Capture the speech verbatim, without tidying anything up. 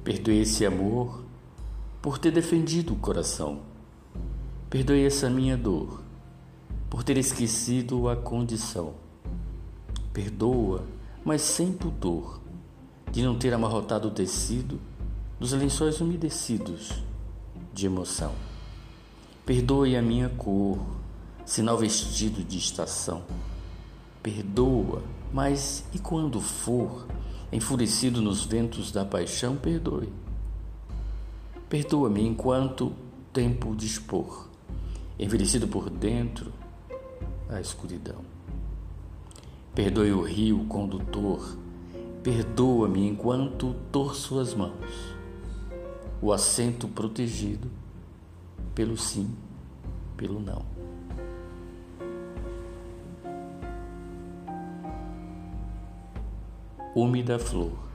Perdoe esse amor por ter defendido o coração. Perdoe essa minha dor por ter esquecido a condição. Perdoa, mas sem pudor, de não ter amarrotado o tecido dos lençóis umedecidos de emoção. Perdoe a minha cor, sinal vestido de estação. Perdoa, mas e quando for enfurecido nos ventos da paixão, perdoe. Perdoa-me enquanto tempo dispor, envelhecido por dentro a escuridão. Perdoe o rio condutor, perdoa-me enquanto torço as mãos, o assento protegido pelo sim, pelo não. Úmida flor.